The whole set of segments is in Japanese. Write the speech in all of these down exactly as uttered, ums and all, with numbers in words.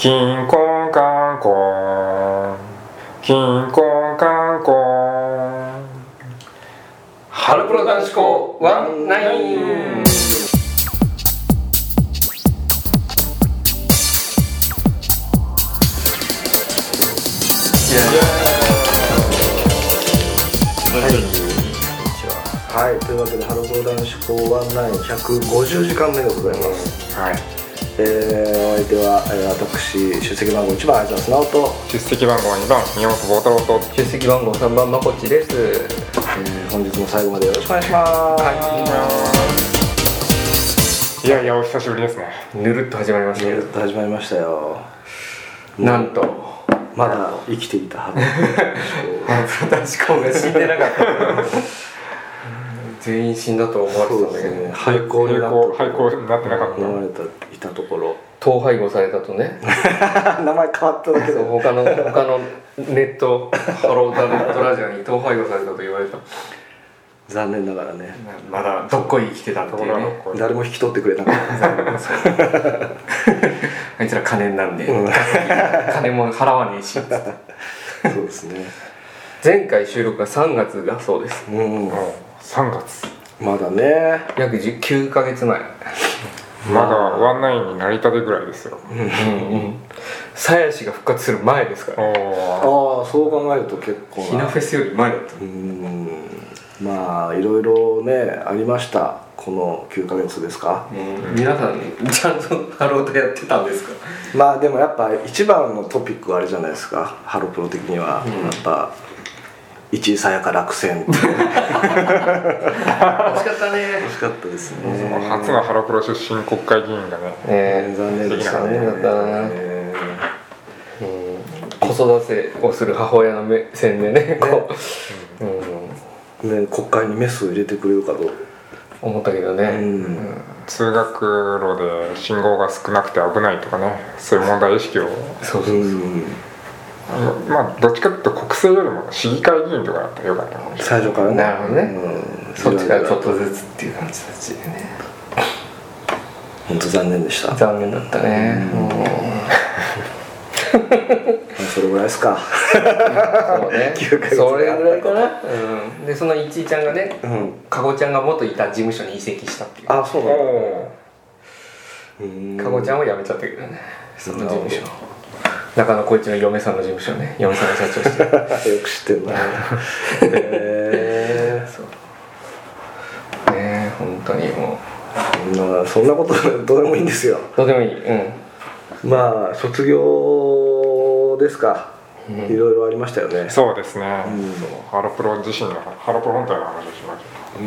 金婚観光金婚観光ハロプロ男子校ワンナイン。 はい、というわけでハロプロ男子校ワンナインひゃくごじゅうじかんめでございます。 はい、 えー、お相手は、えー、私出席番号いちばん相沢直人、 出席番号にばん宮本幸太郎と出席番号さんばんまこっちです。 えー、本日も最後までよろしくお願いします。 はい、いやいやお久しぶりですね。 ぬるっと始まりました。 ぬるっと始まりましたよ。 なんとまだ生きていたハロプロ男子校が死んでなかった全員死んだと思われてたんだけどね。 廃校になって廃校になってなかった思われていたところ統廃合されたとね名前変わっただけど他の他のネットハローダネットラジオに統廃合されたと言われた。 残念ながらね、 まだどっこい生きてたっていうね。 誰も引き取ってくれなかったあいつら金になんで、うん、金も払わねえしそうですね。 前回収録がさんがつだそうです。 うん、 さんがつまだね約きゅうかげつまえ。 まだワンナインになりたてぐらいですよ。 鞘師が復活する前ですから、ね、 ああそう考えると結構なひなフェスより前だった。 うん、まあいろいろねありましたこのきゅうかげつですか。 うん、皆さんちゃんとハローとやってたんですか。 まあでもやっぱ一番のトピックはあれじゃないですか、ハロプロ的には、うん、やっぱ一位さやか落選惜しかったね。 惜しかったですね。 初のハロプロ出身国会議員がね、 えー、残念でしたね。 だったな、えーうん、子育てをする母親の目線でね、こう、 うんね、国会にメスを入れてくれるかと思ったけどね、うんうん、通学路で信号が少なくて危ないとかね、そういう問題意識をそうそうそう、うんまあどっちかというと国政よりも市議会議員とかだったらよかったかもしれない。 最初からね。 なるほどね、うん、そっちからちょっとずつっていう感じたちでね。 本当残念でした。 残念だったね。うん、 それぐらいですか。 そうね。それぐらいかな。うん、でそのいちいちゃんがね、うん、かごちゃんが元いた事務所に移籍したっていう。 あ、そうなの。かごちゃんは辞めちゃったけどね。その事務所。中野浩一の嫁さんの事務所ね、嫁さんが社長してるよく知ってるな。へえー、そうねえ、本当にもうまあそんなことどうでもいいんですよ。 どうでもいい。うん、 まあ卒業ですか、うん、いろいろありましたよね。 そうですね、うん、ハロプロ自身のハロプロ本体の話をしましょう。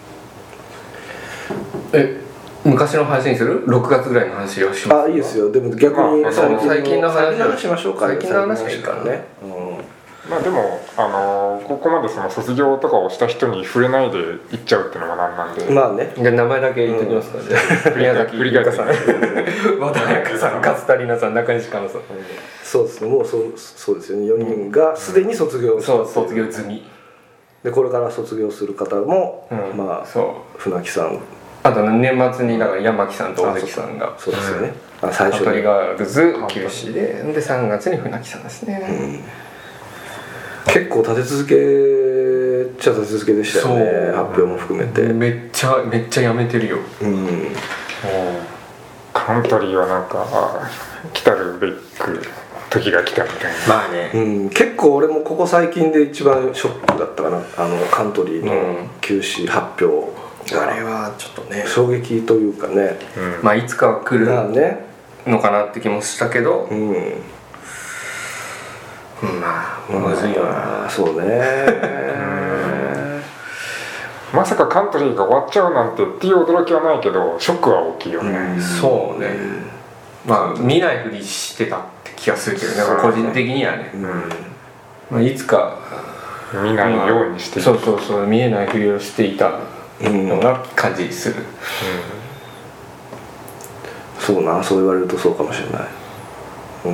うん、え昔の話にする？ろくがつぐらいの話をします。 あ、いいですよ。でも逆に、 まあ、最近の話をしましょうか。 最近の話がいいからね。 うん、まあでもあのー、ここまでその卒業とかをした人に触れないで行っちゃうっていうのがなんなんで。 まあね。 じゃあ名前だけ言っときますか。じゃあ宮崎ゆかさん、和田彩さん、勝田里奈さん、中西かなさん。 そうですね。もうそうそうですよね。よにんがすでに卒業した。 そう卒業済み。でこれから卒業する方も、うん、まあそう船木さん。 あと年末にだから山木さんと尾関さんがそうですよね、うん、最初に羽鳥ガールズ休止ででさんがつに船木さんですね、 うん、結構立て続けっちゃ立て続けでしたよね。発表も含めてめっちゃめっちゃやめてるよ、うん、 カントリーはなんか来たるべく時が来たみたいな。 まあね、 うん、結構俺もここ最近で一番ショックだったかな、あのカントリーの休止発表、 あれはちょっとね衝撃というかね、 うん、まあいつかは来るのかなって気もしたけど、うん、まあむずいよな。 そうねまさかカントリーが終わっちゃうなんてっていう驚きはないけどショックは大きいよね、 うん、そうね、まあ見ないふりしてたって気がするけどね、個人的にはね、うん、まあ、いつか見ないようにしていた、まあ、そうそうそう、見えないふりをしていたのが感じする、うんうん、 そうな、そう言われるとそうかもしれない、うん、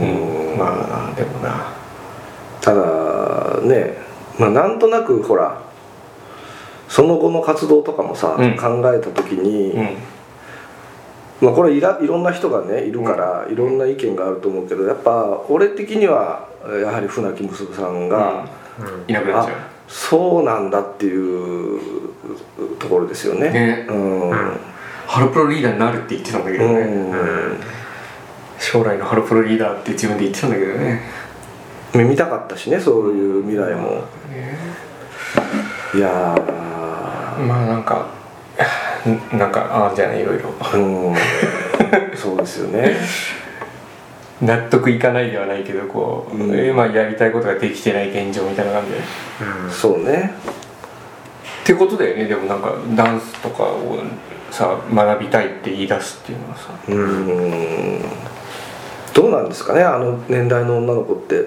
まあでもな、 ただね、まあなんとなくほらその後の活動とかもさ、うん、考えた時に、うん、 まあこれいらいろんな人がねいるからいろんな意見があると思うけど、やっぱ俺的にはやはり船木結さんが、 うんうん、いなくなっちゃう。 そうなんだっていうところですよね。 ね、うん、ハロプロリーダーになるって言ってたんだけどね、うんうん、将来のハロプロリーダーって自分で言ってたんだけどね。 見たかったしね、そういう未来も、ね、いやまあなんかなんかああじゃないいろいろ、うん、 そうですよね。 納得いかないではないけどこう、うん、えー、まあやりたいことができてない現状みたいな感じで、 うん、そうねってことだよね。でもなんかダンスとかをさ学びたいって言い出すっていうのはさ、うーんどうなんですかね、あの年代の女の子って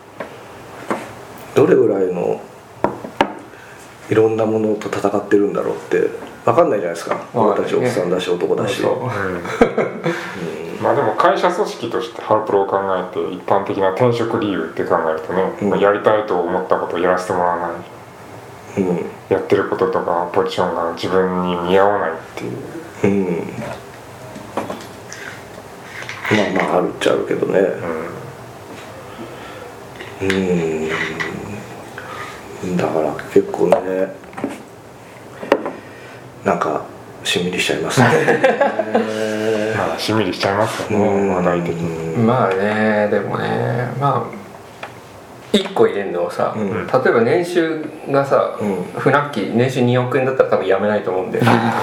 どれぐらいのいろんなものと戦ってるんだろうって分かんないじゃないですか。俺たちおっさんだし男だし、うん、 まあでも会社組織としてハロプロを考えて一般的な転職理由って考えるとね、うん、やりたいと思ったことをやらせてもらわない、うん、やってることとかポジションが自分に見合わないっていう、うん、 まあまああるっちゃあるけどね、うん、うんだから結構ねなんかしんみりしちゃいますねまあしんみりしちゃいますよね、話題的に。 まあねでもねまあいっこ入れるのをさ、うん、例えば年収がさ、うん、船木年収におくえんだったら多分やめないと思うんで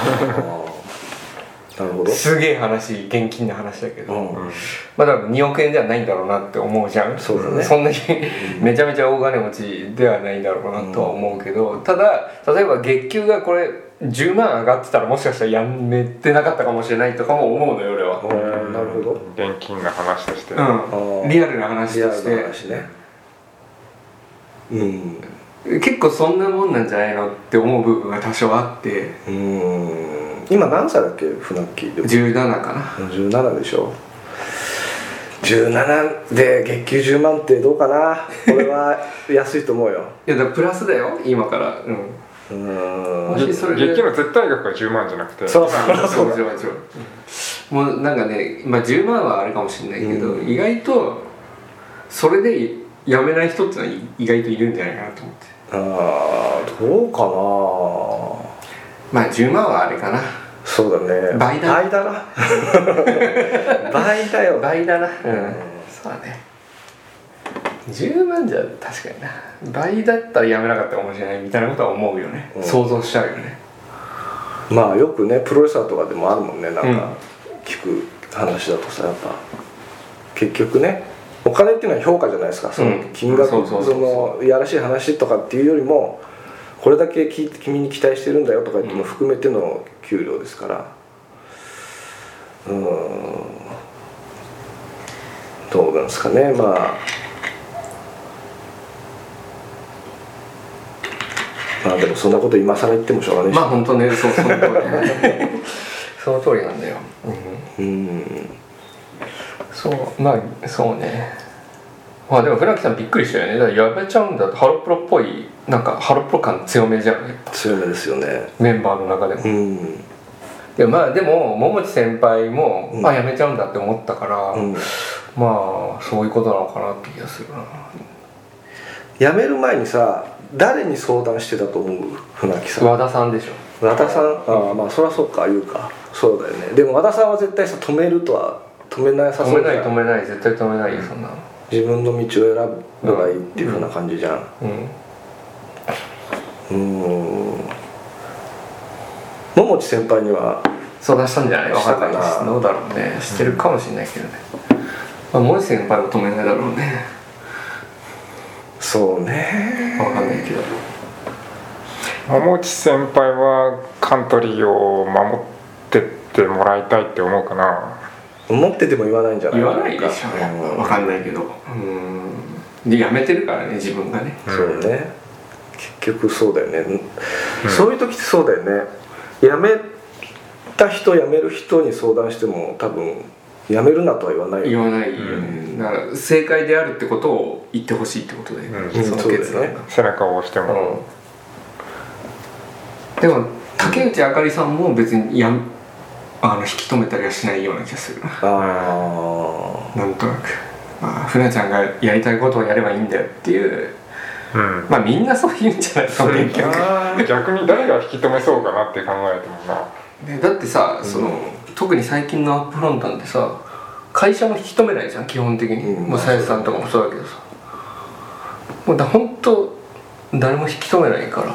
なるほど。 すげえ話現金な話だけど、うん、まあ多分におくえんではないんだろうなって思うじゃん。 そうだね。 そんなにめちゃめちゃ大金持ちではないんだろうなとは思うけど、ただ例えば月給がこれじゅうまん上がってたらもしかしたらやめてなかったかもしれないとかも思うのよ俺は。 なるほど。 現金な話として、 うん、リアルな話として。リアルな話ね。うん。結構そんなもんなんじゃないのって思う部分が多少あって。 うん。今何歳だっけ船木。 じゅうななかな。 じゅうななでしょ。じゅうななで月給じゅうまんってどうかな。これは安いと思うよ。 いやだからプラスだよ今から。うん。 うん、月給の絶対額がじゅうまんじゃなくて、 そうそうそうそうそうもうなんかね、まあ、じゅうまんはあるかもしれないけど、うん、意外とそれで辞めない人ってのは意外といるんじゃないかなと思って。 ああどうかな。まあじゅうまんはあれかな。 そうだね倍だ倍だな倍だよ倍だな。うん、そうだねじゅうまんじゃ確かにな倍だったらやめなかったかもしれないみたいなことは思うよね、うん、想像しちゃうよね。 まあよくねプロレスラーとかでもあるもんねなんか聞く話だとさやっぱ結局ねお金っていうのは評価じゃないですか。その金額そのいやらしい話とかっていうよりもこれだけ君に期待してるんだよとかっていうのも含めての給料ですからうんどうなんですかね。まあまあでもそんなこと今更言ってもしょうがないしまあ本当ねそうその通りその通りなんだよ。うん、うんそうまあそうねまあでも船木さんびっくりしたよね。だからやめちゃうんだってハロプロっぽいなんかハロプロ感強めじゃんね。 強めですよねメンバーの中でも。 うんでもまあでも桃地先輩も、うん、あやめちゃうんだって思ったから、うん、まあそういうことなのかなって気がするな。 やめる前にさ誰に相談してたと思う船木さん。 和田さんでしょ。 和田さんああまあそりゃそうか言うかそうだよね。でも和田さんは絶対さ止めるとは止めなさそうじゃん。 止めない止めない絶対止めないよそんなの。 自分の道を選べばいいっていうふうな感じじゃん。うんうん桃地先輩には相談したんじゃない分かんないです。どうだろうね知ってるかもしれないけどね、まあ、桃地先輩も止めないだろうね。 そうね分かんないけど桃地先輩はカントリーを守ってってもらいたいって思うかな。 思ってても言わないんじゃないか。言わないでしょやっぱ分かんないけどうんでやめてるからね自分がね、 うん、そうね結局そうだよね、うん、そういう時ってそうだよね。やめた人辞める人に相談しても多分やめるなとは言わないよね。 言わないよね、うん、だから正解であるってことを言ってほしいってことで、うん、その決断、 ね、背中を押しても、 うん、でも竹内あかりさんも別にやあの引き止めたりはしないような気がするな。 あなんとなく、まあ、船ちゃんがやりたいことをやればいいんだよっていう、うん、まあみんなそう言うんじゃないかな結局逆に誰が引き止めそうかなって考えてもな、 ね、だってさ、うん、その特に最近のアップフロントなんてさ会社も引き止めないじゃん基本的に、うん、もうさやさんとかもそうだけどさもうだ本当誰も引き止めないから、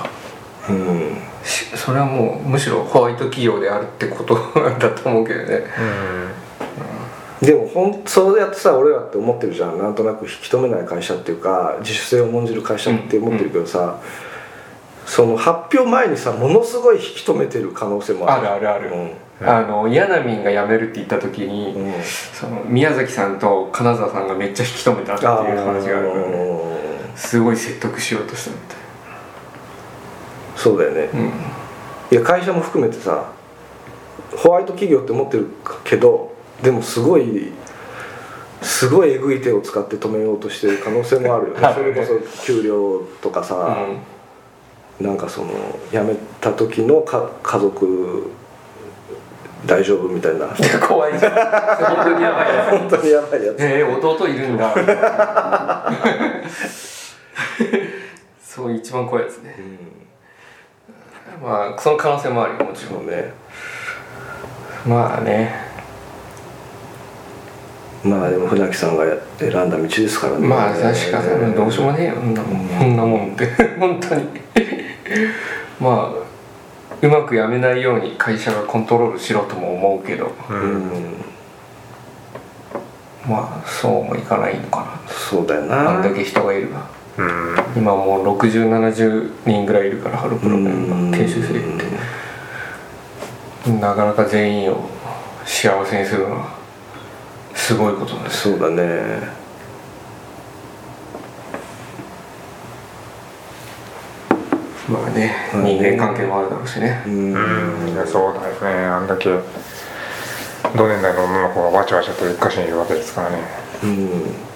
うん、それはもうむしろホワイト企業であるってことなんだと思うけどね、 うん、でもほんそうやってさ俺らって思ってるじゃんなんとなく引き止めない会社っていうか自主性を重んじる会社って思ってるけどさ、うんうん、その発表前にさものすごい引き止めてる可能性もあるあるあるある、うんあのヤナミンが辞めるって言った時に、うん、その宮崎さんと金沢さんがめっちゃ引き止めたっていう話があるからねすごい説得しようとしたみたいそうだよね、うん、いや会社も含めてさホワイト企業って思ってるけどでもすごいすごいえぐい手を使って止めようとしてる可能性もあるよねそれこそ給料とかさ、うん、なんかその辞めた時のか家族大丈夫みたいな怖いじゃん本当にやばいやつ本当にやばいやつえー、弟いるんだそう一番怖いやつね、うん、まあその可能性もあるよもちろんねまあねまあでも船木さんが選んだ道ですからねまあ確かにどうしようもねえよそんなもん、そんなもんって本当にまあうまくやめないように会社がコントロールしろとも思うけど、うん、まあそうもいかないのかなそうだよなあんだけ人がいるが、うん、今もうろくじゅうななじゅうにんぐらいいるからハロプロが研修生ってなかなか全員を幸せにするのはすごいことだねそうだねまあね、人間関係もあるだろうしねうんいやそうだよねあんだけ同年代の女の子がわちゃわちゃと一箇所にいるわけですからねうん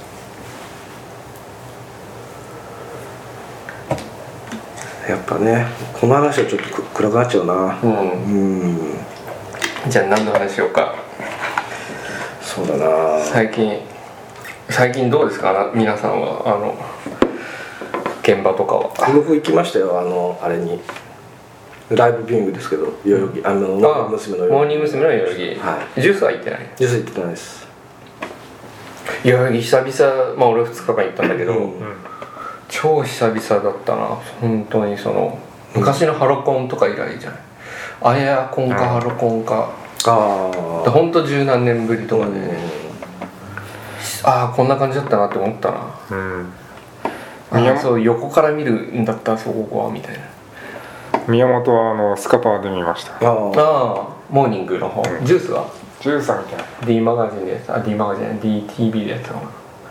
やっぱねこの話はちょっと暗くなっちゃうなうん、 うん、じゃあ何の話しようかそうだな最近最近どうですか皆さんはあの現場とかは僕行きましたよあのあれにライブビューイングですけど代々木あのモーニング娘。のモーニング娘。の代々木、はい、ジュースは行ってないジュース行ってないです代々木久々まあ俺ふつかかん行ったんだけど、うん、超久々だったな本当にその昔のハロコンとか以来じゃないあやコンかハロコンかああほんと十何年ぶりとかで、ね、ああこんな感じだったなって思ったなうんあそう横から見るんだったらそこはみたいな宮本はあのスカパーで見ましたああモーニングの方、うん、ジュースはジュースはみたいな D マガジンでやつあ D マガジン ディーティービー でやったかな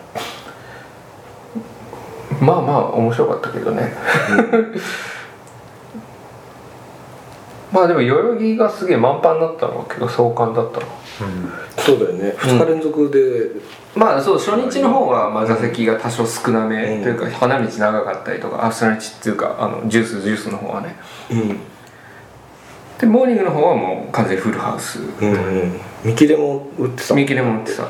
まあまあ面白かったけどね、うん、まあでも代々木がすげえ満帆だったのは結構壮観だったの、 うん、そうだよねふつか連続で、うんまあそう初日の方はまあ座席が多少少なめというか花道長かったりとかあ初日っていうかあのジュースジュースの方はね、うん、でモーニングの方はもう完全フルハウス、うんうん、 見切れも売ってた見切れも売ってた、うん、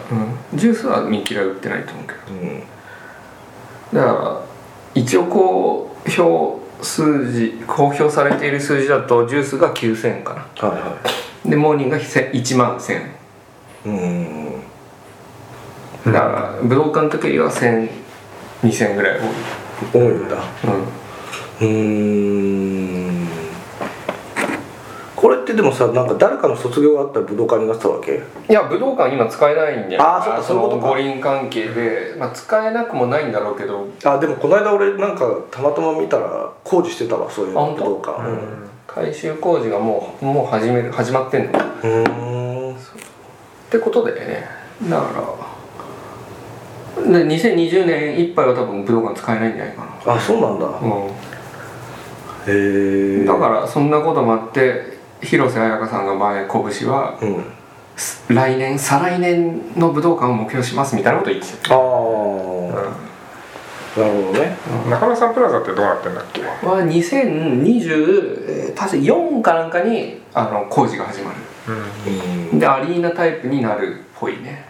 ジュースは見切れは売ってないと思うけど、うん、だから一応こう表数字公表されている数字だとジュースがきゅうせんえんかな、はいはい、でモーニングがいちまんせんえんうんだから武道館の時よりはせん、にせんぐらい多い多いんだうんうーんこれってでもさなんか誰かの卒業があったら武道館になってたわけいや武道館今使えないんじゃないああそうかそういうことか五輪関係で、まあ、使えなくもないんだろうけどあでもこの間俺なんかたまたま見たら工事してたわそういう武道館、うん、 改修工事がもうもう始める始まってんのうんってことでねだからでにせんにじゅうねんいっぱいは多分武道館使えないんじゃないかなあそうなんだ、うん、 へえだからそんなこともあって広瀬綾香さんが前拳は、うん、来年再来年の武道館を目標しますみたいなこと言ってたああ、うん、 なるほどね、 うん、中野サンプラザってどうなってんだっけはにせんにじゅう、えー、確かよんかなんかにあの工事が始まるうん、でアリーナタイプになるっぽいね。 うん、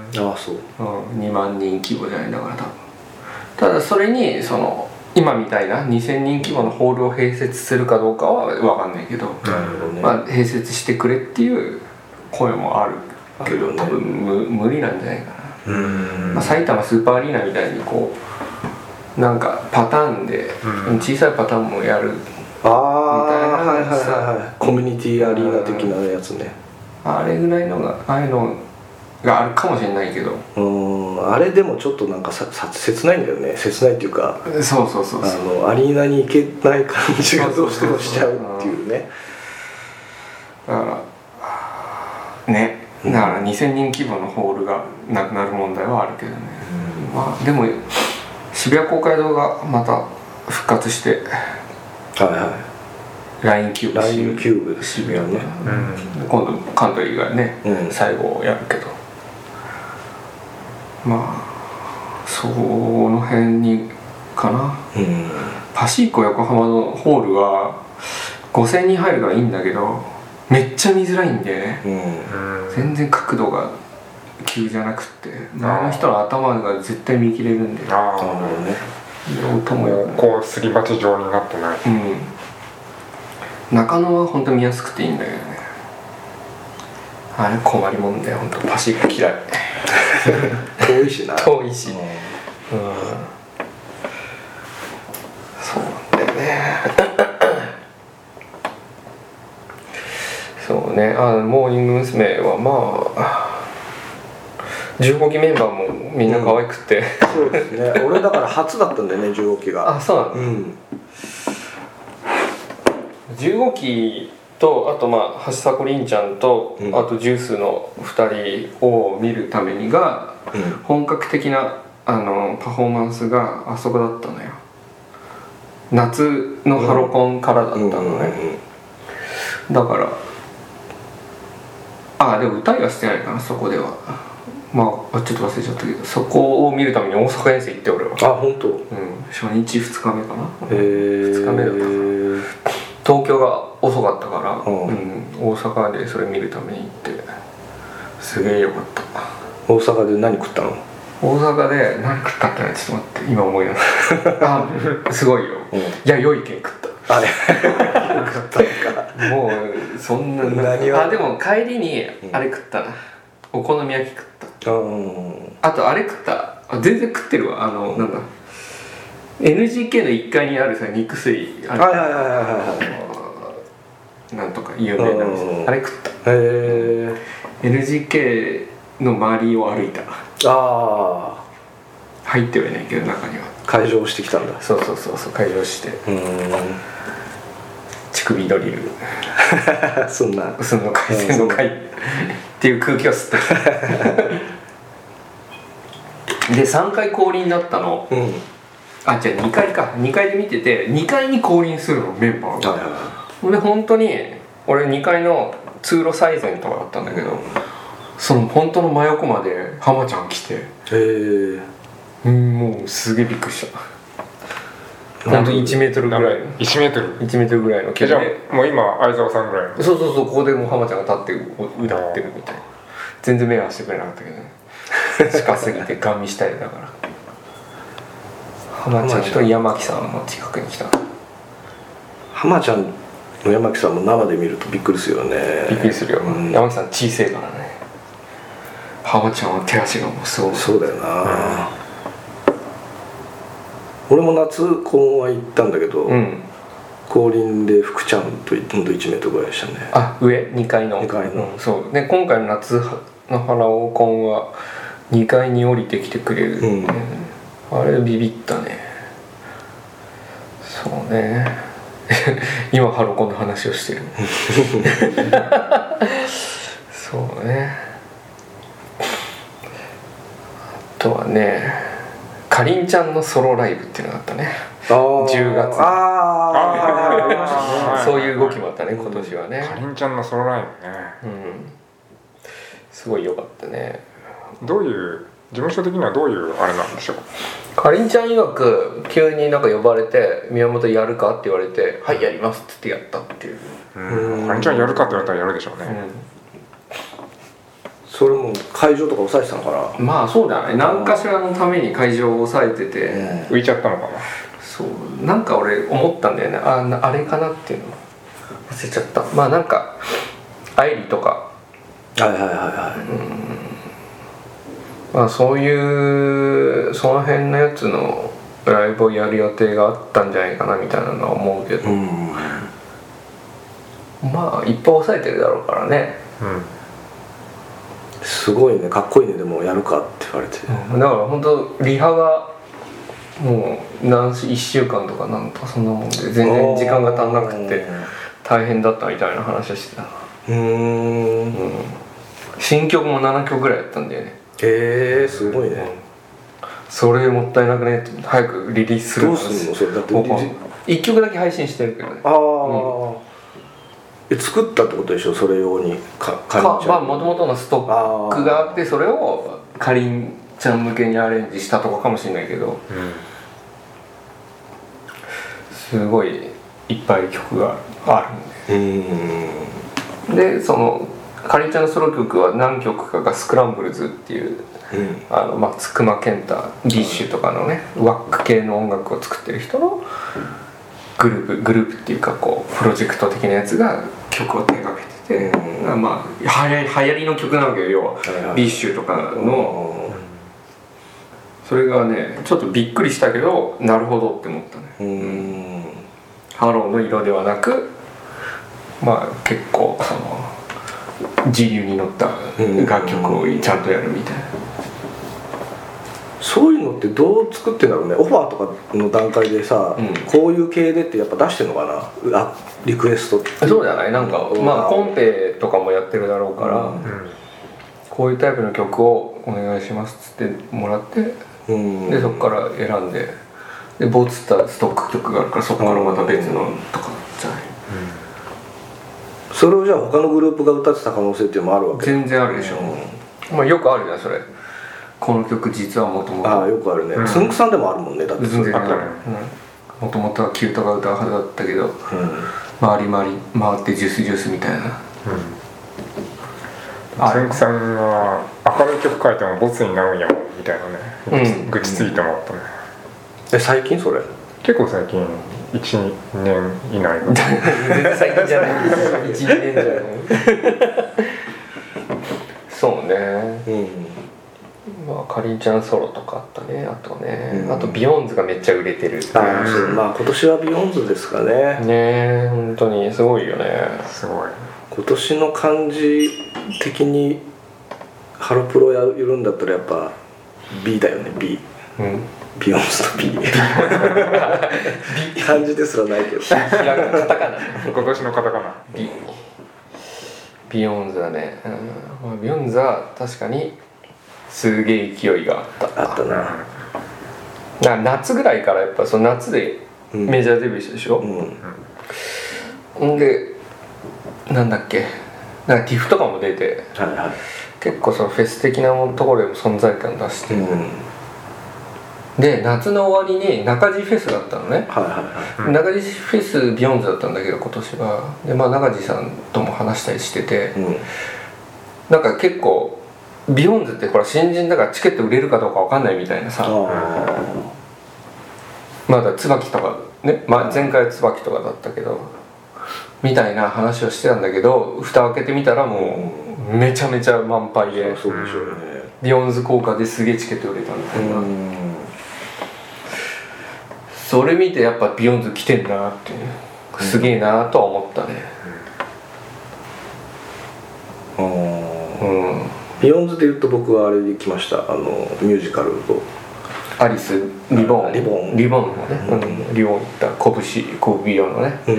ああそう、 うん、にまんにん規模じゃないんだから多分。ただそれにその今みたいなにせんにん規模のホールを併設するかどうかは分かんないけど、ね、まあ、併設してくれっていう声もあるけど、多分無無理なんじゃないかな。うん、まあ、埼玉スーパーアリーナみたいにこうなんかパターンで小さいパターンもやるみたいな、 はいはいはい、コミュニティアリーナ的なやつね。 あれぐらいのがああいうのがあるかもしれないけど、 うん、あれでもちょっとなんかささ切ないんだよね。切ないっていうか、 そうそうそうそう、 あのアリーナに行けない感じがどうしてもしちゃうっていうね。 だからね、だからにせんにん規模のホールがなくなる問題はあるけどね、うん、まあでも渋谷公会堂がまた復活して、 はいはい、 ラインキューブ、 ラインキューブ渋谷ね、うん、今度カントリーがね、うん、最後やるけど、まあその辺にかな、うん、パシーコ横浜のホールはごせんにん入るからいいんだけどめっちゃ見づらいんだよね、うん、全然角度が急じゃなくって前の人の頭が絶対見切れるんで、 ああなるほどね、 音もよくこうすり鉢状になってない、 うん、中野は本当見やすくていいんだけどね、あれ困りもんだよ、本当パシーコ嫌い遠いしな遠いし、うん、うん、そうなんだよねそうね、あモーニング娘。はまあじゅうごきメンバーもみんな可愛くて、うん、 そうですね俺だから初だったんだよねじゅうごきが。 あそうなの、うん、じゅうごきとあとまあ橋迫凛ちゃんと、うん、あとジュースのふたりを見るためにが、うん、本格的なあのパフォーマンスがあそこだったのよ。夏のハロコンからだったのね、うんうんうんうん、だからあでも歌いはしてないかなそこでは。まあちょっと忘れちゃったけどそこを見るために大阪遠征行って俺は。 あ本当。うん初日ふつかめかな。 へえ。 ふつかめだったかな。東京が遅かったから、うんうん、大阪でそれ見るために行ってすげえよかった。 大阪で何食ったの？ 大阪で何食ったってねちょっと待って今思い出したあすごいよ、うん、いや良いけん食ったあれ食ったのかもうそんな何あでも帰りにあれ食ったな、うん、お好み焼き食った、うん、あとあれ食ったあ全然食ってるわあの、うん、なんだ エヌジーケー のいっかいにあるさ肉水あれはいはいはいはいはいなんとか有名な店、うん、あれ食ったへえ エヌジーケー の周りを歩いたああ入ってはいないけど中には会場してきたんだ。 そうそうそうそう会場してうん乳首ドリルそんなその回線の回っていう空気を吸ってでさんかい降臨だったの、うん、あじゃあにかいかにかいで見ててにかいに降臨するのメンバーが、はいはい、で本当に俺にかいの通路最前とかだったんだけど、うん、その本当の真横まで浜ちゃん来てへえうんもうすげえびっくりした本当にいちメートルぐらいのいちメートルいちメートルぐらいの距離でもう今相沢さんぐらいそうそうそうここでもう浜ちゃんが立って歌ってるみたいな全然目はしてくれなかったけどね近すぎてガン見したいだから浜ちゃんと山木さんも近くに来た浜ちゃんの山木さんも生で見るとびっくりするよねびっくりするよ、うん、山木さん小さいからね浜ちゃんは手足がもうすごいそうだよな、うん俺も夏コンは行ったんだけど、うん、降臨で福ちゃんとほんといちメートルぐらいでしたねあ上にかいのにかいの、 うん、そうで今回の夏のハローコンはにかいに降りてきてくれる、うん、あれビビったねそうね今ハロコンの話をしてるそうねあとはねかりんちゃんのソロライブっていうのがあったねじゅうがつああそういう動きもあったね今年はねかりんちゃんのソロライブねうんすごい良かったねどういう事務所的にはどういうあれなんでしょうかりんちゃん曰く急になんか呼ばれて宮本やるかって言われてはいやりますってやったっていううんかりんちゃんやるかって言われたらやるでしょうね、 うんそれも会場とか抑えてたのかな。 まあそうだね、何かしらのために会場を抑えてて、 浮いちゃったのかな。 そうなんか俺思ったんだよね、ああれかなっていうの忘れちゃった。まあなんかアイリとか、 はいはいはいはい、 うん、まあそういうその辺のやつのライブをやる予定があったんじゃないかなみたいなのは思うけど、うん、まあいっぱい抑えてるだろうからね、うん、 すごいね、かっこいいね。でもやるかって言われて、 うん、だから本当リハがもう何しいっしゅうかんとかなんとかそんなもんで全然時間が足んなくて大変だったみたいな話をしてた。うーん、うん、新曲もななきょくぐらいやったんだよね。 へえー、すごいね、うん、 それもったいなくねって早くリリースする。 どうすんのそれ。だっていっきょくだけ配信してるけどね。 ああ、うん、え作ったってことでしょ、それ用に。かかりんちゃん、 まあもともとのストックがあってそれをかりんちゃん向けにアレンジしたとかかもしれないけど、うん、すごいいっぱい曲があるんで、うん、でそのかりんちゃんのソロ曲は何曲かがスクランブルズっていう、うん、あのまあつくま健太ビッシュとかのね、うん、ワック系の音楽を作ってる人のグループグループっていうかこうプロジェクト的なやつが曲を手掛けてて、うん、まあはや流行りの曲なわけよ、要は、はいはい、ビッシュとかの、うん、それがねちょっとびっくりしたけどなるほどって思ったね。うん、ハローの色ではなく、まあ結構その時流に乗った楽曲をちゃんとやるみたいな。 そういうのってどう作ってんだろうね。オファーとかの段階でさ、うん、こういう系でってやっぱ出してんのかな、あリクエストって。 そうじゃない、なんか、うん、まあコンペとかもやってるだろうから、うん、こういうタイプの曲をお願いしますっつってもらって、うん、でそこから選んで、でボツったストック曲があるからそこからまた別のとかじゃない、 うん、それをじゃあ他のグループが歌ってた可能性っていうのもあるわけ。 全然あるでしょ、うん、まあよくあるじゃんそれ。この曲実はもともとああよくあるね、うん、つんくさんでもあるもんね。だって全然ある。もともとはキュートが歌うはずだったけど、うん、回り回り回ってジュースジュースみたいな、うん、 つんくさんは明るい曲書いてもボツになるんやもんみたいなね、うん、愚痴ついてもらったね、 うん、え最近それ結構最近いちねん以内全然最近じゃないいちねんじゃないそうね、うん、まあかりんちゃんソロとかあったね。あとね、うん、あとビヨンズがめっちゃ売れてる。 あ、うん、まあ今年はビヨンズですかね。 ね、本当にすごいよね。 すごい。 今年の感じ的にハロプロやるんだったらやっぱ B だよね。 B、うん、ビヨンズと B 漢字ですらないけどひらがなカタカナ今年のカタカナ B。 ビヨンズだね、うんまあ、ビヨンズは確かにすげえ勢いがあったあったな。 な夏ぐらいからやっぱその夏でメジャーデビューしたでしょ、うん、んでなんだっけなんか ティフ とかも出て、はいはい、結構そのフェス的なところでも存在感出して、うん、で夏の終わりに中地フェスだったのね、はいはいはい、中地フェスビヨンズだったんだけど今年はで、まあ、中地さんとも話したりしてて、うん、なんか結構ビヨンズってほら新人だからチケット売れるかどうか分かんないみたいなさ、まだ椿とかね、まあ、前回は椿とかだったけどみたいな話をしてたんだけど蓋開けてみたらもうめちゃめちゃ満杯で、そうでしょうね、ビヨンズ効果ですげえチケット売れたみたいな、それ見てやっぱビヨンズ来てんなってすげえなとは思ったね。 うんビヨンズで言うと僕はあれで来ました。あのミュージカルとアリスリボンリボンリボンのね、うんうん、リボンいった拳首用のね、うん、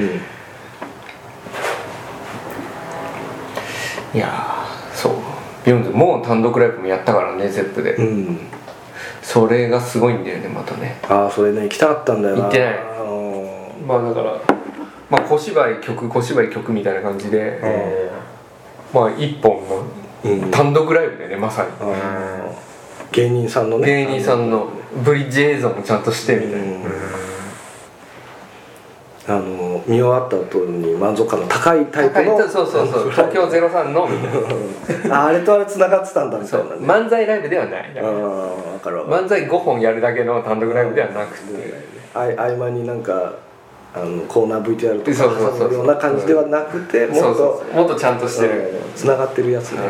いやそうビヨンズもう単独ライブもやったからねゼップで、うん、それがすごいんだよねまたね。 ああそれね行きたかったんだよな。 行ってない。まあだからまあ小芝居曲小芝居曲みたいな感じで、うん、まあ一本の単独ライブだよねまさに、うん、 芸人さんのね芸人さんのブリッジ映像もちゃんとしてみたいな、うん、 あのの見終わった後に満足感の高いタイプのそうそうそう東京ゼロさんのみたいなあ, あれとあれ繋がってたんだみたいな、ね、 漫才ライブではない。 あ分かる分かる。漫才ごほんやるだけの単独ライブではなくて、 あ合間になんかあのコーナー ブイティーアール とか挟むような感じではなくて、もっとそうそうそうもっとちゃんとしてる、 つながってるやつね、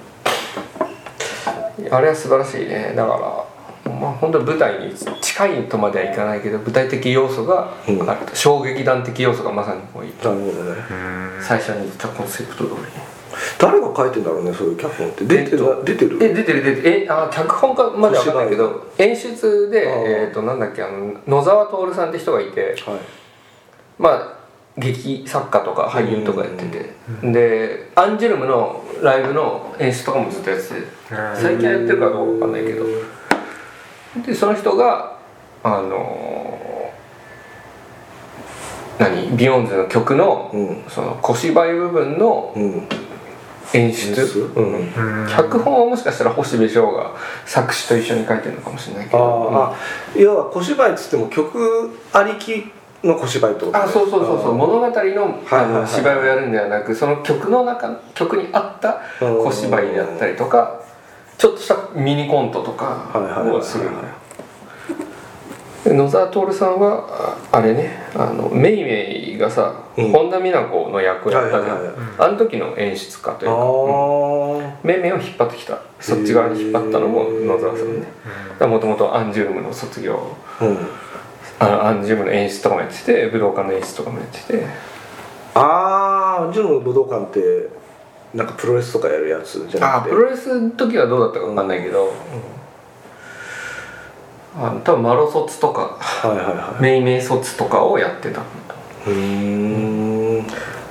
うん、あれは素晴らしいね。だからまあ本当に舞台に近いとまではいかないけど舞台的要素がある、うん、衝撃弾的要素がまさにこういう、 なるほどね、 最初に言ったコンセプト通りに。 誰が書いてんだろうね、そういう脚本って。出てる、えっと、出てるえ出てる出てるえあ脚本家までは分かんないけど演出でえっとなんだっけあの野沢徹さんって人がいて、はい、まあ劇作家とか俳優とかやってて、でアンジュルムのライブの演出とかもずっとやってて、最近やってるかどうか分かんないけど、でその人があの何ビヨンズの曲の、うん、その小芝居部分の、うん演出、うん、脚本はもしかしたら星部翔が作詞と一緒に書いてるのかもしれないけど、 あ、うん、あ要は小芝居っつっても曲ありきの小芝居ってこと、ね、 あそうそうそうそう物語の、あの芝居をやるんではなくその曲の中曲に合った小芝居であったりとかちょっとしたミニコントとかをするのよ。野沢徹さんはあれねあのメイメイがさ、うん、本田美奈子の役をやったじゃん、あの時の演出家というか、うん、メイメイを引っ張ってきたそっち側に引っ張ったのも野沢さんね。もともとアンジュルムの卒業、うん、あのアンジュルムの演出とかもやってて武道館の演出とかもやってて、 ああアンジュルムの武道館ってなんかプロレスとかやるやつじゃなくて、 あプロレスの時はどうだったか分かんないけど、うんあの多分マロ卒とか、はいはいはい、メイメイ卒とかをやってた。うーん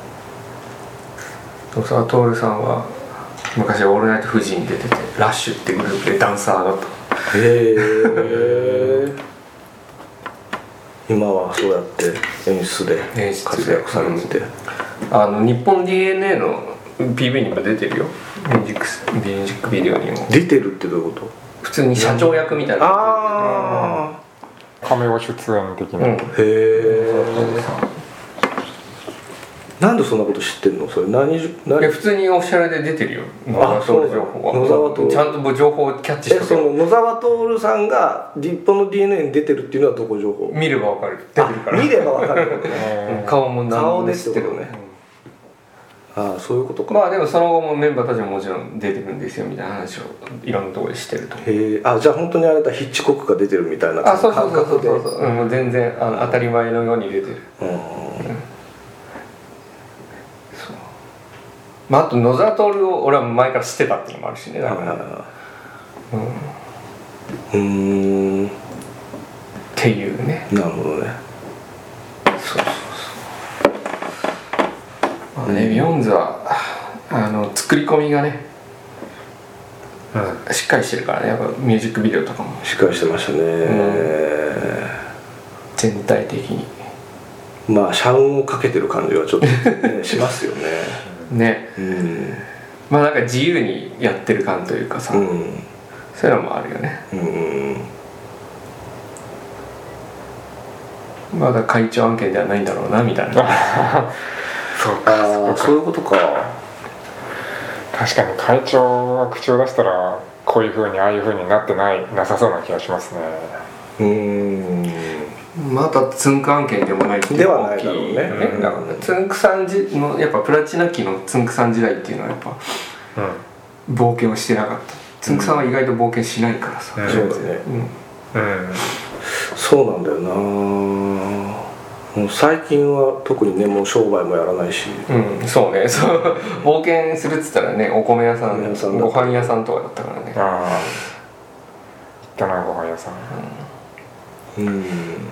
野沢徹さんは昔オールナイトフジに出ててラッシュってグループでダンサーだった。へえ今はそうやって演出で活躍されてて、うん、あの日本 ディーエヌエー の ピーブイ にも出てるよ。ミュージックスミュージックビデオにも出てるってどういうこと？ 普通に社長役みたいな、 ああカメオ出演的な、うん、へえなんでそんなこと知ってんの？それ何何いや普通にオフィシャルで出てるよ野沢徹情報は。野沢徹ちゃんと情報をキャッチしてる。 その野沢徹さんが日本の ディーエヌエー に出てるっていうのはどこ情報？ 見ればわかる出てるから。 見ればわかる顔も顔で知ってるね。ああそういうことか。 まあでもその後もメンバーたちももちろん出てるんですよみたいな話をいろんなところでしてると。 へえ。あじゃあ本当にあれだヒッチコックが出てるみたいな感覚で。 あそうそうそうそうそう、うん、もう全然あの当たり前のように出てる。うん。うん、そう。まああと野沢徹を俺は前から知ってたっていうのもあるしね。だから。うん。うん。っていうね。 なるほどね。 そうそう。まあね、ビヨンズはあの作り込みがね、うん、しっかりしてるからね。やっぱミュージックビデオとかもしっかりしてましたね、うん、 全体的にまあ社運をかけてる感じはちょっと、ね、しますよねね、うん、まあなんか自由にやってる感というかさ、うん、そういうのもあるよね、うん、まだ会長案件ではないんだろうなみたいなそうか、そういうことか。 確かに会長が口を出したらこういう風にああいう風になってないなさそうな気がしますね。 うーんまたつんく案件でもないっていうのは大きいではないだろうね。 ねだからつんくさんじのやっぱプラチナ期のつんくさん時代っていうのはやっぱ、うん、冒険をしてなかった。つんくさんは意外と冒険しないからさ、 うん、そうだね、うんうん、そうなんだよな。もう最近は特にねもう商売もやらないし、 うんそうねそう冒険するっつったらねお米屋さんご飯屋さんとかだったからね。ああ行ったなご飯屋さん。うん、うん、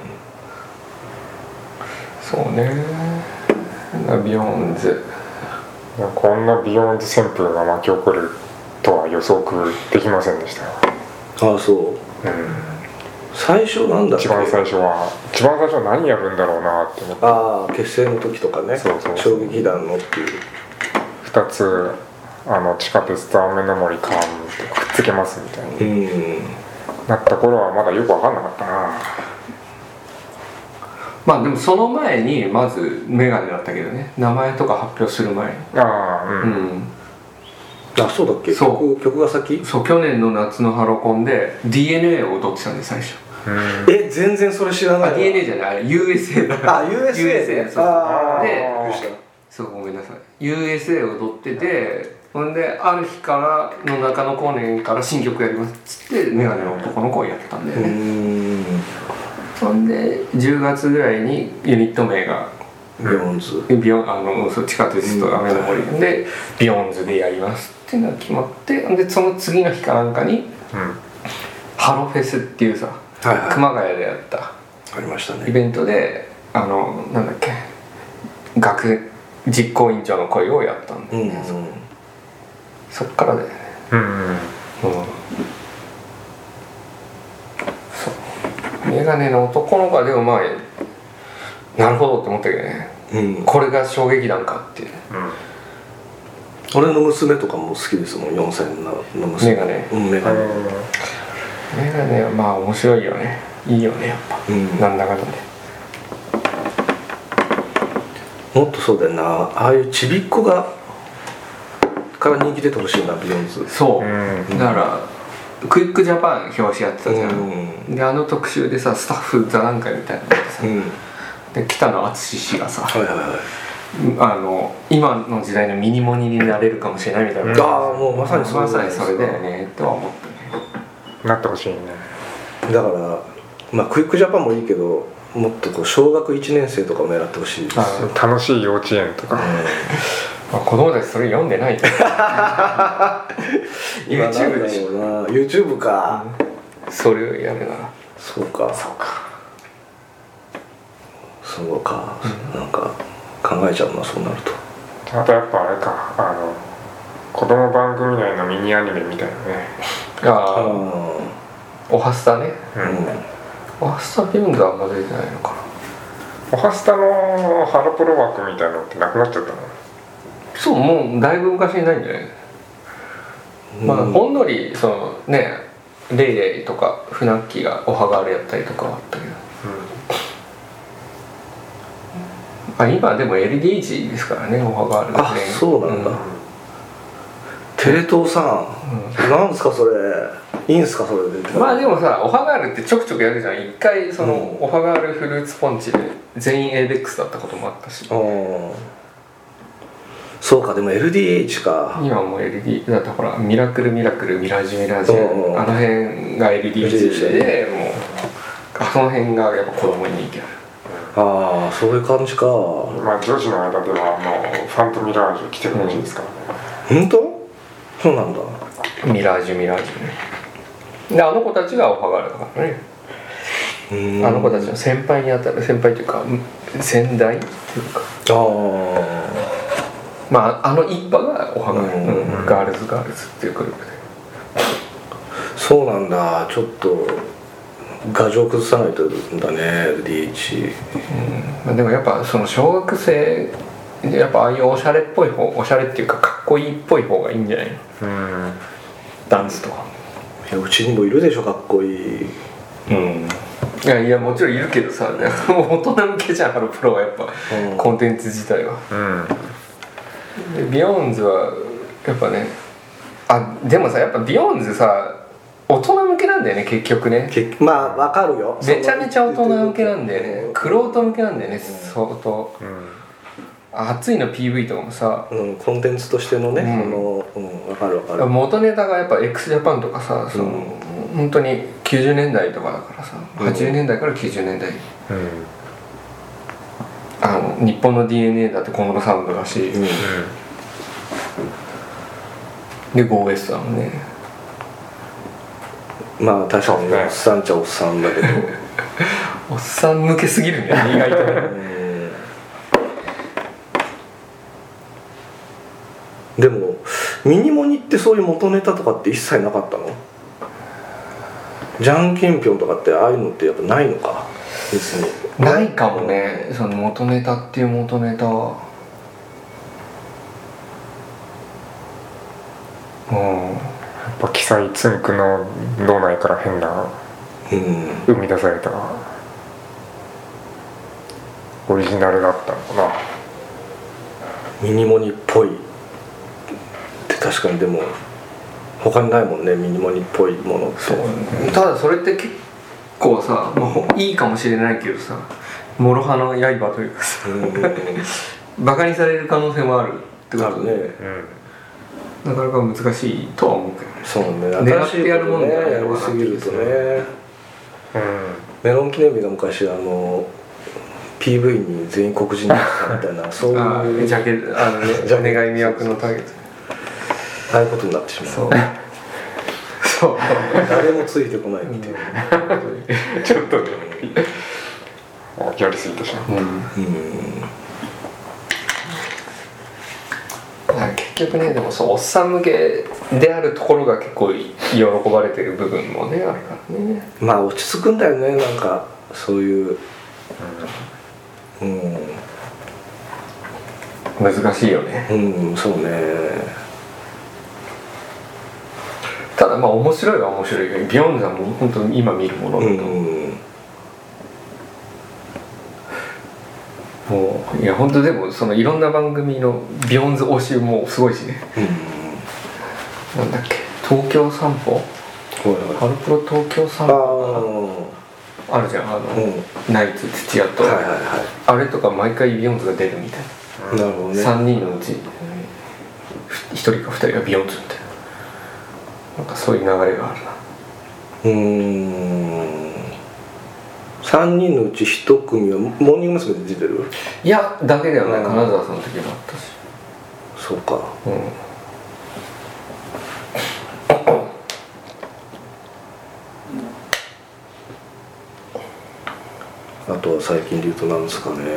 そうねビヨンズこんなビヨンズ旋風が巻き起こるとは予測できませんでしたよ。 ああそう、うん最初なんだっけ。 一番最初は一番最初は何やるんだろうなって思って。 ああ結成の時とかね。そうそうそう衝撃弾のっていうふたつあの地下鉄と雨の森カーンってくっつけますみたいになった頃はまだよく分かんなかったな。 まあでもその前にまずメガネだったけどね、名前とか発表する前に。 ああ、うん、 うん、 あ、そうだっけ。 そう曲、曲が先。 そう、去年の夏のハロコンで ディーエヌエー を踊ってたんで最初。 うん、 え、全然それ知らない。 あ、 ディーエヌエー じゃない、あれ ユーエスエー だから。 あ、ユーエスエーユーエスエー、そうあで、 ーそう、ごめんなさい、 ユーエスエー を踊ってて、ほんである日からの中野公園から新曲やりますっつってメガネの男の子をやったんだよね。 うーん、 そんでじゅうがつぐらいにユニット名がビヨンズ、 ビヨン、あの、そう、地下鉄と雨の森でビヨンズでやりますっていうのが決まって、でその次の日かなんかに、 うん、 ハロフェスっていうさ、 はいはい、 熊谷でやったありましたね、 イベントで、あの、なんだっけ、学実行委員長の声をやったんだよね、うんうん、そっからだよね。 うんうん、 うん、そう、メガネの男の子はでもまあなるほどって思ったけどね、うん、これが衝撃弾かっていう、 うん、俺の娘とかも好きですもん、よんさいの娘。 メガネ、 うん、メガネ、 メガネはまあ面白いよね、いいよねやっぱ、うん、なんだかんだで。 もっとそうだよな、ああいうちびっこがから人気出てほしいな、ビヨンズ。 そう、うん、だからクイックジャパン表紙やってたじゃん、うん、であの特集でさ、スタッフ座談会みたいなのってさ、うん、で北野敦氏がさ、はいはいはい、あの今の時代のミニモニになれるかもしれないみたいな、うん、 ああ、もうまさにそれだよねとは思ったね。 なってほしいね。 だからまあクイックジャパンもいいけど、もっとこう小学いちねん生とかを狙ってほしいです。 楽しい幼稚園とか、うん、 まあ、子供たちそれ読んでないけどYouTube でしょ。 YouTube か、 うん、それをやるなら。 そうかそうかそうか、うん、なんか考えちゃうな、そうなると。 あとやっぱあれか、あの子供番組内のミニアニメみたいなね。 ああ、おはスタね、 うん、 おはスタビヨンズはあんま出てないのかな。 おはスタのハロプロ枠みたいなのってなくなっちゃったの？ そう、もうだいぶ昔にないんじゃない、うん、まあほんのりそのね、レイレイとかフナッキーがおはガールやったりとかはあったけど、うん、あ、今でも エルディージー ですからね、おはガールがね。 あ、そうなんだ、うん、テレ東さん、うん、なんですかそれ、いいんすかそれで。 まあでもさ、おはガールってちょくちょくやるじゃん。一回その、うん、おはガールフルーツポンチで全員 エーベックス だったこともあったし。あ、 そうか、でも エルディーエイチ か。 今もう エルディー だってほら、ミラクルミラクルミラージュミラージュ、あの辺が エルディーエイチ で、もうその辺がやっぱ子供に人気ある。 ああ、そういう感じか。 まあ女子の間ではもうファントミラージュ来てほしいですからね。 本当？そうなんだ。 ミラージュミラージュね。であの子たちがオファーがあるからね。あの子たちの先輩にあたる、先輩というか先代っていうか、あまああの一派がオファーがある、うん、ガールズガールズっていうグループで。 そうなんだ。ちょっと牙城崩さないとだね、 エルディーエイチ、うん、 まあ、でもやっぱその小学生やっぱああいうおしゃれっぽい方、おしゃれっていうかかっこいいっぽい方がいいんじゃないの、うん、ダンスとか。 いや、うちにもいるでしょ、かっこいい。 うん、いやいや、もちろんいるけどさ、大人向けじゃん、ハロプロはやっぱ、うん、コンテンツ自体は、うん、でビヨンズはやっぱね、あ、でもさ、やっぱビヨンズさ大人向けなんだよね、結局ね。 まあわかるよ、 めちゃめちゃ大人向けなんだよね、クロート向けなんだよね、うん、相当、うん、熱いの ピーブイ とかもさ、うん、 コンテンツとしてのね、うん、その、うん、分かる分かる。 元ネタがやっぱ x ジャパンとかさ、その、うん、本当にきゅうじゅうねんだいとかだからさ、うん、はちじゅうねんだいからきゅうじゅうねんだい、うん、あの日本の ディーエヌエー だって小室サウンドだし、うん、で ゴーウエストだもんね。まあ確かにおっさんっちゃおっさんだけどおっさん向けすぎるんだよね、意外とねでもミニモニってそういう元ネタとかって一切なかったの？じゃんけんぴょんとかってああいうのってやっぱないのか？別にないかもね、その元ネタっていう元ネタは。 うん、やっぱ奇才つんくの脳内から変な、うん、生み出されたオリジナルだったのかな。 ミニモニっぽいって確かにでも他にないもんね、ミニモニっぽいものって。 そう、ただそれって結構さ、まあ、いいかもしれないけどさ、諸刃の刃というかさ、バカにされる可能性もあるってことで、ね、うん、なかなか難しいとは思うけどね。 そうね、 狙ってやるもんじゃないやりすぎるとね、 うん、 メロン記念日が昔あの ピーブイ に全員黒人だったみたいなそういうジャケあの、ね、願い魅惑のターゲット、 ああいうことになってしまう。 そうそう誰もついてこないみたいな、 うん、ちょっとねやりすぎてしまう、うんうん、 結局ね、でもそうおっさん向けであるところが結構喜ばれてる部分もねあるからね。 まあ落ち着くんだよね、なんかそういう、うん、 難しいよね。 うん、そうね。 ただまあ面白いは面白いけど、ビヨンズはもう本当に今見るものだと、うん、もういや本当でもそのいろんな番組のビヨンズ推しもすごいしね、うん、なんだっけ、東京散歩、はいはい、ハロプロ東京散歩あるじゃん、あの、うん、ナイツ土屋と、はいはいはい、あれとか毎回ビヨンズが出るみたいな、なるほどね、さんにんのうちひとりかふたりがビヨンズみたいな、なんかそういう流れがあるな。 うーん、さんにんのうちひと組はモーニング娘。で出てる？ いや、だけではない、金沢さんの時もあったし。 そうか、うん、あとは最近で言うと何ですかね。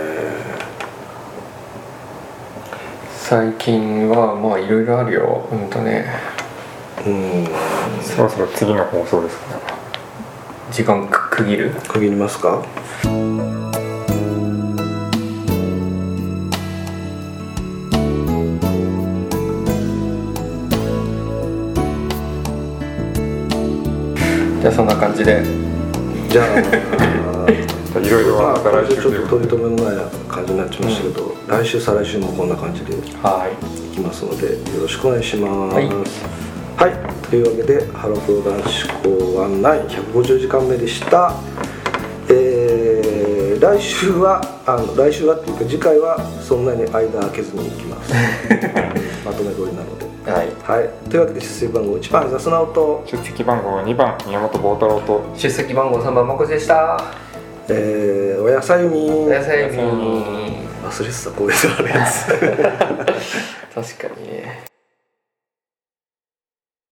最近はまあいろいろあるよ、うんとね、 うん、そろそろ次の放送ですかね。 時間区切る？ 区切りますか？ じゃあそんな感じで、 じゃあいろいろまた来週ちょっと取り留めのない感じになっちゃいましたけど、うん、来週再来週もこんな感じでいきますのでよろしくお願いします。はい、はい、というわけでハロプロ男子校案内ひゃくごじゅうじかんめでした。えー、来週はあの来週はっていうか次回はそんなに間空けずにいきますまとめ通りなので、はいはい、というわけで出席番号いちばん安直と出席番号にばん宮本坊太郎と出席番号さんばんまこでした。 えー、おやさゆみおやさゆみ忘れてた、こういうのあるやつ確かにね。